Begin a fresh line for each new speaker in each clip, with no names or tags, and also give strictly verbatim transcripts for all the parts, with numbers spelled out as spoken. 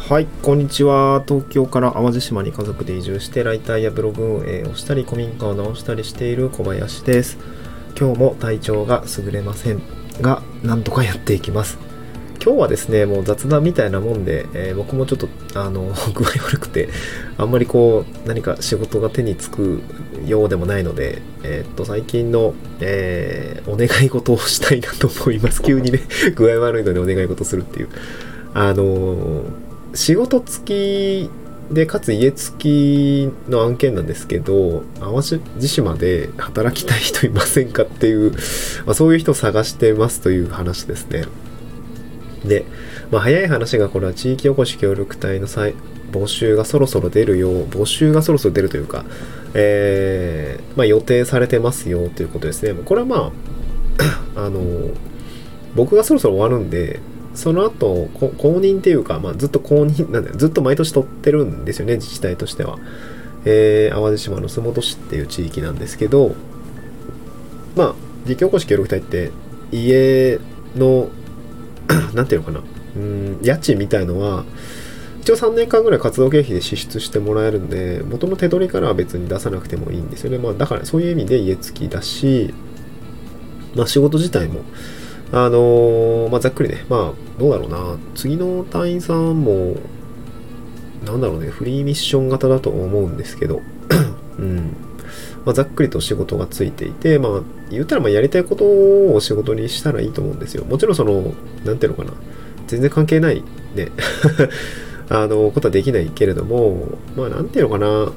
はい、こんにちは。東京から淡路島に家族で移住してライターやブログ運営をしたり古民家を直したりしている小林です。今日も体調が優れませんが、なんとかやっていきます。今日はですね、もう雑談みたいなもんで、えー僕もちょっとあの具合悪くて、あんまりこう何か仕事が手につくようでもないので、えーっと最近の、えーお願い事をしたいなと思います。急にね、具合悪いのでお願い事するっていう。あのー仕事付きでかつ家付きの案件なんですけど、淡路島で働きたい人いませんかっていう、まあ、そういう人を探してますという話ですね。で、まあ、早い話がこれは地域おこし協力隊の再募集がそろそろ出るよう、募集がそろそろ出るというか、えーまあ、予定されてますよということですね。これはまあ、あの、僕がそろそろ終わるんで、その後、こ公認っていうか、まあ、ずっと公認、なんだよ、ずっと毎年取ってるんですよね、自治体としては。えー、淡路島の洲本市っていう地域なんですけど、まあ、地域おこし協力隊って、家の、なんていうのかな、うん、家賃みたいのは、一応さんねんかんぐらい活動経費で支出してもらえるんで、元の手取りからは別に出さなくてもいいんですよね。まあ、だからそういう意味で家付きだし、まあ、仕事自体も、あのーまあ、ざっくりね、まあ、どうだろうな、次の隊員さんも、なんだろうね、フリーミッション型だと思うんですけど、うん。まあ、ざっくりと仕事がついていて、まあ、言ったらまあやりたいことを仕事にしたらいいと思うんですよ。もちろんその、なんていうのかな、全然関係ないね、あの、ことはできないけれども、まあ、なんていうのかな、うん、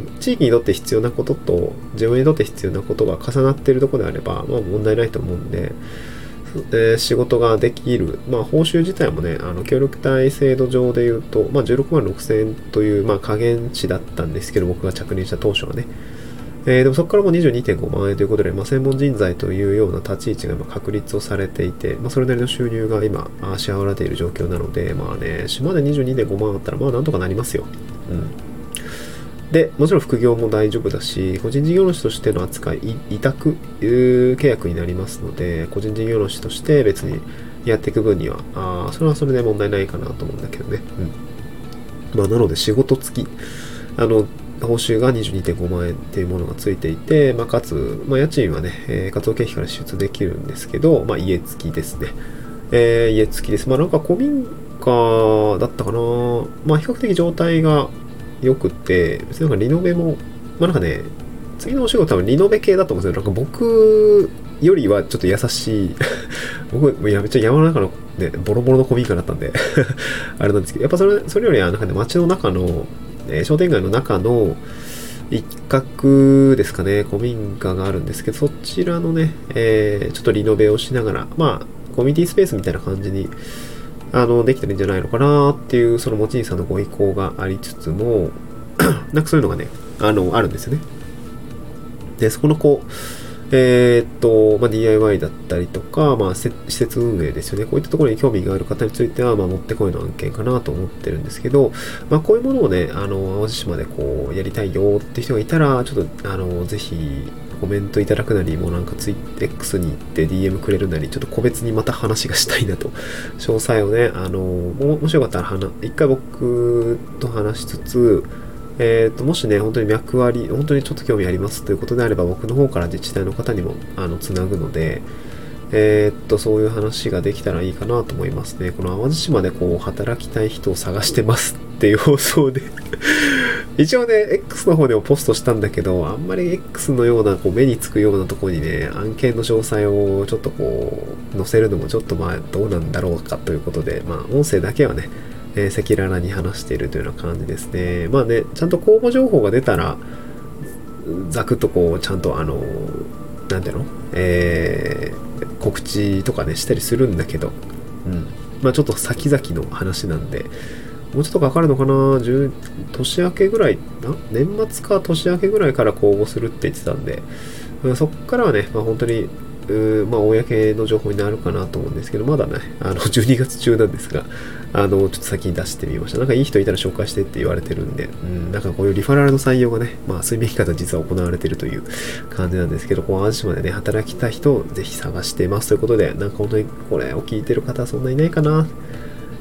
地域にとって必要なことと自分にとって必要なことが重なっているところであれば、まあ問題ないと思うんで、えー仕事ができる、まあ、報酬自体もね、あの協力隊制度上で言うと、まあ、じゅうろくまんろくせんえんという、まあ、加減値だったんですけど、僕が着任した当初はね。えーでもそこからもにじゅうにてんごまん円ということで、まあ、専門人材というような立ち位置が今確立をされていて、まあ、それなりの収入が今、あ支払われている状況なので、まあね、島でにじゅうにてんごまんあったら、まあなんとかなりますよ。うん。で、もちろん副業も大丈夫だし、個人事業主としての扱い、委託契約になりますので、個人事業主として別にやっていく分には、あそれはそれで問題ないかなと思うんだけどね。うん。まあ、なので仕事付き、あの、報酬がにじゅうにてんごまん円っていうものがついていて、まあ、かつ、まあ、家賃はね、えー活動経費から支出できるんですけど、まあ、家付きですね。えー家付きです。まあ、なんか古民家だったかな。まあ、比較的状態がよくて、別になんかリノベも、まあなんかね、次のお仕事多分リノベ系だと思うんですよ。なんか僕よりはちょっと優しい、僕、もうやめっちゃ山の中のね、ボロボロの古民家だったんであれなんですけど、やっぱそれ、それよりはなんかね、街の中の、えー商店街の中の一角ですかね、古民家があるんですけど、そちらのね、えーちょっとリノベをしながら、まあ、コミュニティスペースみたいな感じにあの、できてるんじゃないのかなっていう、その持ち主さんのご意向がありつつも、なんかそういうのがね、あの、あるんですよね。で、そこのこう、えーっと、まあ、ディーアイワイ だったりとか、まあ、施設運営ですよね。こういったところに興味がある方については、まあ、もってこいの案件かなと思ってるんですけど、まあ、こういうものをね、あの、淡路島でこう、やりたいよって人がいたら、ちょっと、あの、ぜひ、コメントいただくなり、もうなんかツイッ X に行って ディーエム くれるなり、ちょっと個別にまた話がしたいなと。詳細をね、あの、ももしよかったら話、一回僕と話しつつ、えーと、もしね、本当に脈あり、本当にちょっと興味ありますということであれば、僕の方から自治体の方にも、あの、つなぐので、えーっと、そういう話ができたらいいかなと思いますね。この淡路島でこう、働きたい人を探してますっていう放送で一応ね、X の方でもポストしたんだけど、あんまり X のような、こう、目につくようなところにね、案件の詳細をちょっとこう、載せるのもちょっとまあ、どうなんだろうかということで、まあ、音声だけはね、えー赤裸々に話しているというような感じですね。まあね、ちゃんと公募情報が出たら、ざくっとこう、ちゃんとあの、なんていうのえー、告知とかね、したりするんだけど、うん。まあちょっと先々の話なんで、もうちょっとかかるのかな10年明けぐらい、な年末か年明けぐらいから公募するって言ってたんで、うんそっからはね、まあ本当に、うーまあ、公の情報になるかなと思うんですけど、まだね、あの、じゅうにがつ中なんですが、あの、ちょっと先に出してみました。なんかいい人いたら紹介してって言われてるんで、うん、なんかこういうリファラルの採用がね、まあ、睡眠期間で実は行われているという感じなんですけど、こう、淡路島でね、働きたい人をぜひ探してますということで、なんか本当にこれを聞いてる方はそんないないかな。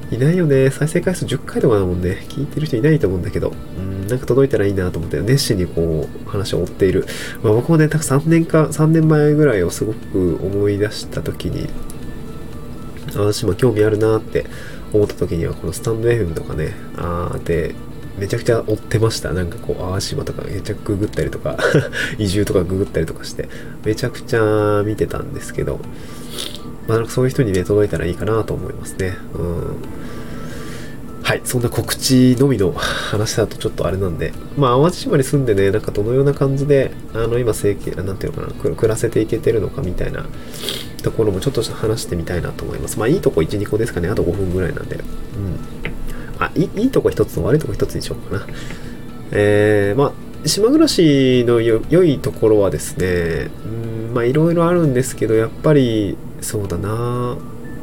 いないよね。再生回数じゅっかいとかだもんね。聞いてる人いないと思うんだけど、うん、なんか届いたらいいなと思って、熱心にこう、話を追っている。まあ僕もね、たくさんねんか、さんねんまえぐらいをすごく思い出した時に、私も興味あるなって思った時には、このスタンド エフエム とかね、あーで、めちゃくちゃ追ってました。なんかこう、淡島とかめちゃくちゃググったりとか、移住とかググったりとかして、めちゃくちゃ見てたんですけど、まあなんかそういう人にね、届いたらいいかなと思いますね。うん。はい、そんな告知のみの話だとちょっとあれなんで、まあ淡路島に住んでね、なんかどのような感じで、あの今生計、なんていうのかな、暮らせていけてるのかみたいなところもちょっと話してみたいなと思います。まあいいとこいち、にこですかね、あとごふんぐらいなんで。うん。あ、いい、いいとこ一つと悪いとこ一つにしようかな。えー、まあ、島暮らしのよ良いところはですね、うん、まあいろいろあるんですけど、やっぱり、そうだな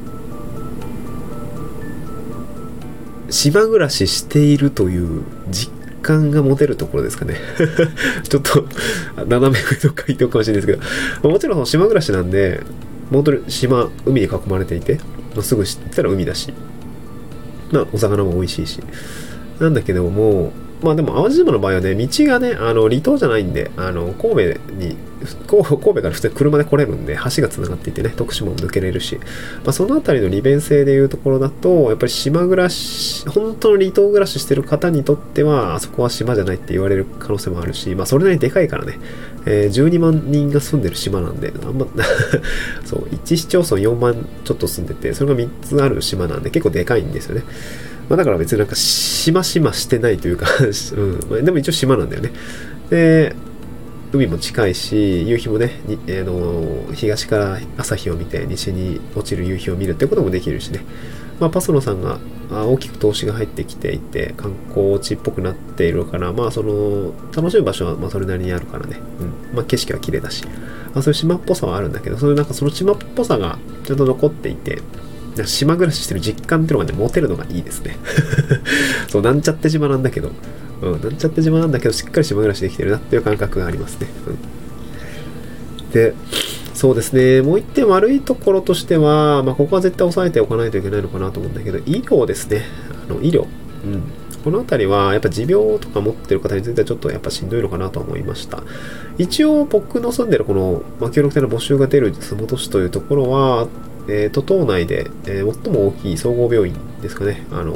島暮らししているという実感が持てるところですかね。ちょっと斜め上の回答かもしれないですけど、もちろんその島暮らしなんで、本当に島、海に囲まれていて、まあ、すぐ知ったら海だし、まあお魚も美味しいし、なんだけども、まあでも淡路島の場合はね、道がね、あの離島じゃないんで、あの神戸に、神戸から普通に車で来れるんで、橋が繋がっていてね、徳島も抜けれるし、まあ、そのあたりの利便性でいうところだと、やっぱり島暮らし、本当の離島暮らししてる方にとっては、あそこは島じゃないって言われる可能性もあるし、まあそれなりにでかいからね、えー、じゅうにまんにんが住んでる島なんで、あんま、そう、いち市町村よんまんちょっと住んでて、それがみっつある島なんで結構でかいんですよね。まあ、だから別になんか島々してないというか、うん、でも一応島なんだよね。で、海も近いし、夕日もね、にあの東から朝日を見て西に落ちる夕日を見るってこともできるしね。まあ、パソノさんが大きく投資が入ってきていて、観光地っぽくなっているから、まあその、楽しむ場所はまあそれなりにあるからね。うん。まあ景色は綺麗だし。まあそういう島っぽさはあるんだけど、そういうなんかその島っぽさがちゃんと残っていて、島暮らししてる実感っていうのがね、持てるのがいいですね。そう、なんちゃって島なんだけど、うん、なんちゃって島なんだけど、しっかり島暮らしできてるなっていう感覚がありますね。うん、で、そうですね、もう一点悪いところとしては、まあ、ここは絶対押さえておかないといけないのかなと思うんだけど、医療ですね。あの医療。うん。このあたりは、やっぱ持病とか持ってる方についてはちょっとやっぱしんどいのかなと思いました。一応、僕の住んでるこの、まあ、協力隊の募集が出る洲本市というところは、えー、と島内で、えー、最も大きい総合病院ですかね、あの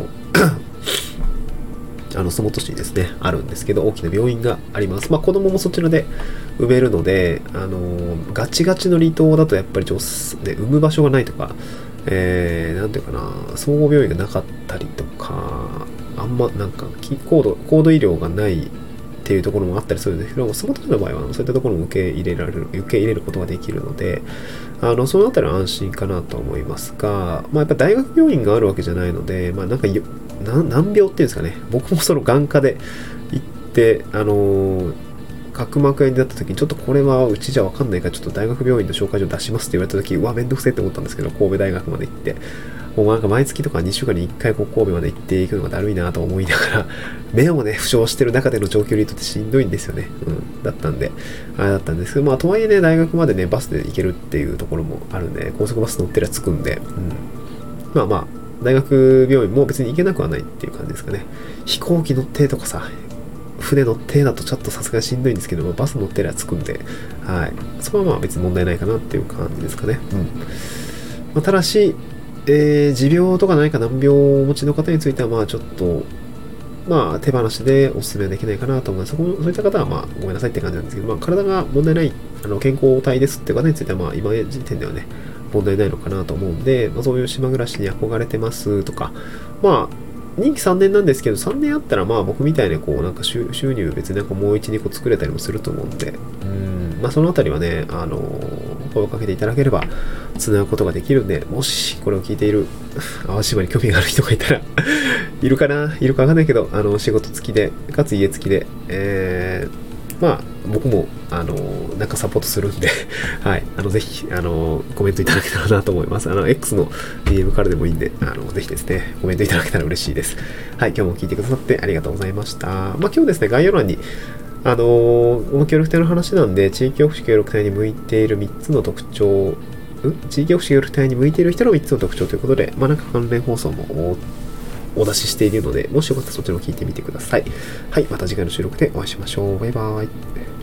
あの洲本市にですねあるんですけど、大きな病院があります。まあ子供もそちらで産めるので、あのー、ガチガチの離島だとやっぱりちょっと、ね、産む場所がないとか、えー、なんていうかな、総合病院がなかったりとか、あんまなんか高度高度医療がないっていうところもあったりするんですけど、洲本市の場合はそういったところも受け入れられる受け入れることができるので、あのそのあたりは安心かなと思いますが、まあ、やっぱ大学病院があるわけじゃないので、まあ、なんかな難病っていうんですかね、僕もその眼科で行って、あのー、角膜炎になった時に、ちょっとこれはうちじゃわかんないから、ちょっと大学病院の紹介状出しますって言われた時、うわ、めんどくせえって思ったんですけど、神戸大学まで行って、もうなんか毎月とかにしゅうかんにいっかいこう神戸まで行っていくのがだるいなと思いながら、目をね、負傷してる中での長距離離島ってしんどいんですよね。うん。だったんで、あれだったんですけど、まあ、とはいえね、大学までね、バスで行けるっていうところもあるんで、高速バス乗ってりゃ着くんで、うん。まあまあ、大学病院も別に行けなくはないっていう感じですかね。飛行機乗ってとかさ、船乗ってだとちょっとさすがにしんどいんですけども、バス乗ってりゃ着くんで、はい。そこはまあ別に問題ないかなっていう感じですかね。うん。まあ、ただし、えー、持病とか何か難病をお持ちの方については、まあちょっと、まあ手放しでお勧めはできないかなと思います。そこそういった方はまあごめんなさいって感じなんですけど、まあ体が問題ない、あの健康体ですって方については、まあ今時点ではね、問題ないのかなと思うんで、まあ、そういう島暮らしに憧れてますとか、まあ任期さんねんなんですけど、さんねんあったらまあ僕みたいにこうなんか収入別になんかもういち、にこ作れたりもすると思うんで、うん、まあそのあたりはね、あのー、声をかけていただければ繋ぐことができるんで、もしこれを聞いている淡路島に興味がある人がいたらいるかないるかわかんないけど、あの仕事付きで、かつ家付きで、えーまあ、僕も、あの、なんかサポートするんで、はい。あの、ぜひ、あの、コメントいただけたらなと思います。あの、X の ディーエム からでもいいんで、あの、ぜひですね、コメントいただけたら嬉しいです。はい。今日も聞いてくださってありがとうございました。まあ、今日ですね、概要欄に、あの、この協力隊の話なんで、地域おこし協力隊に向いているみっつの特徴ん地域おこし協力隊に向いている人のみっつの特徴ということで、まあなんか関連放送もお出ししているので、もしよかったらそっちも聞いてみてください。はい、また次回の収録でお会いしましょう。バイバーイ。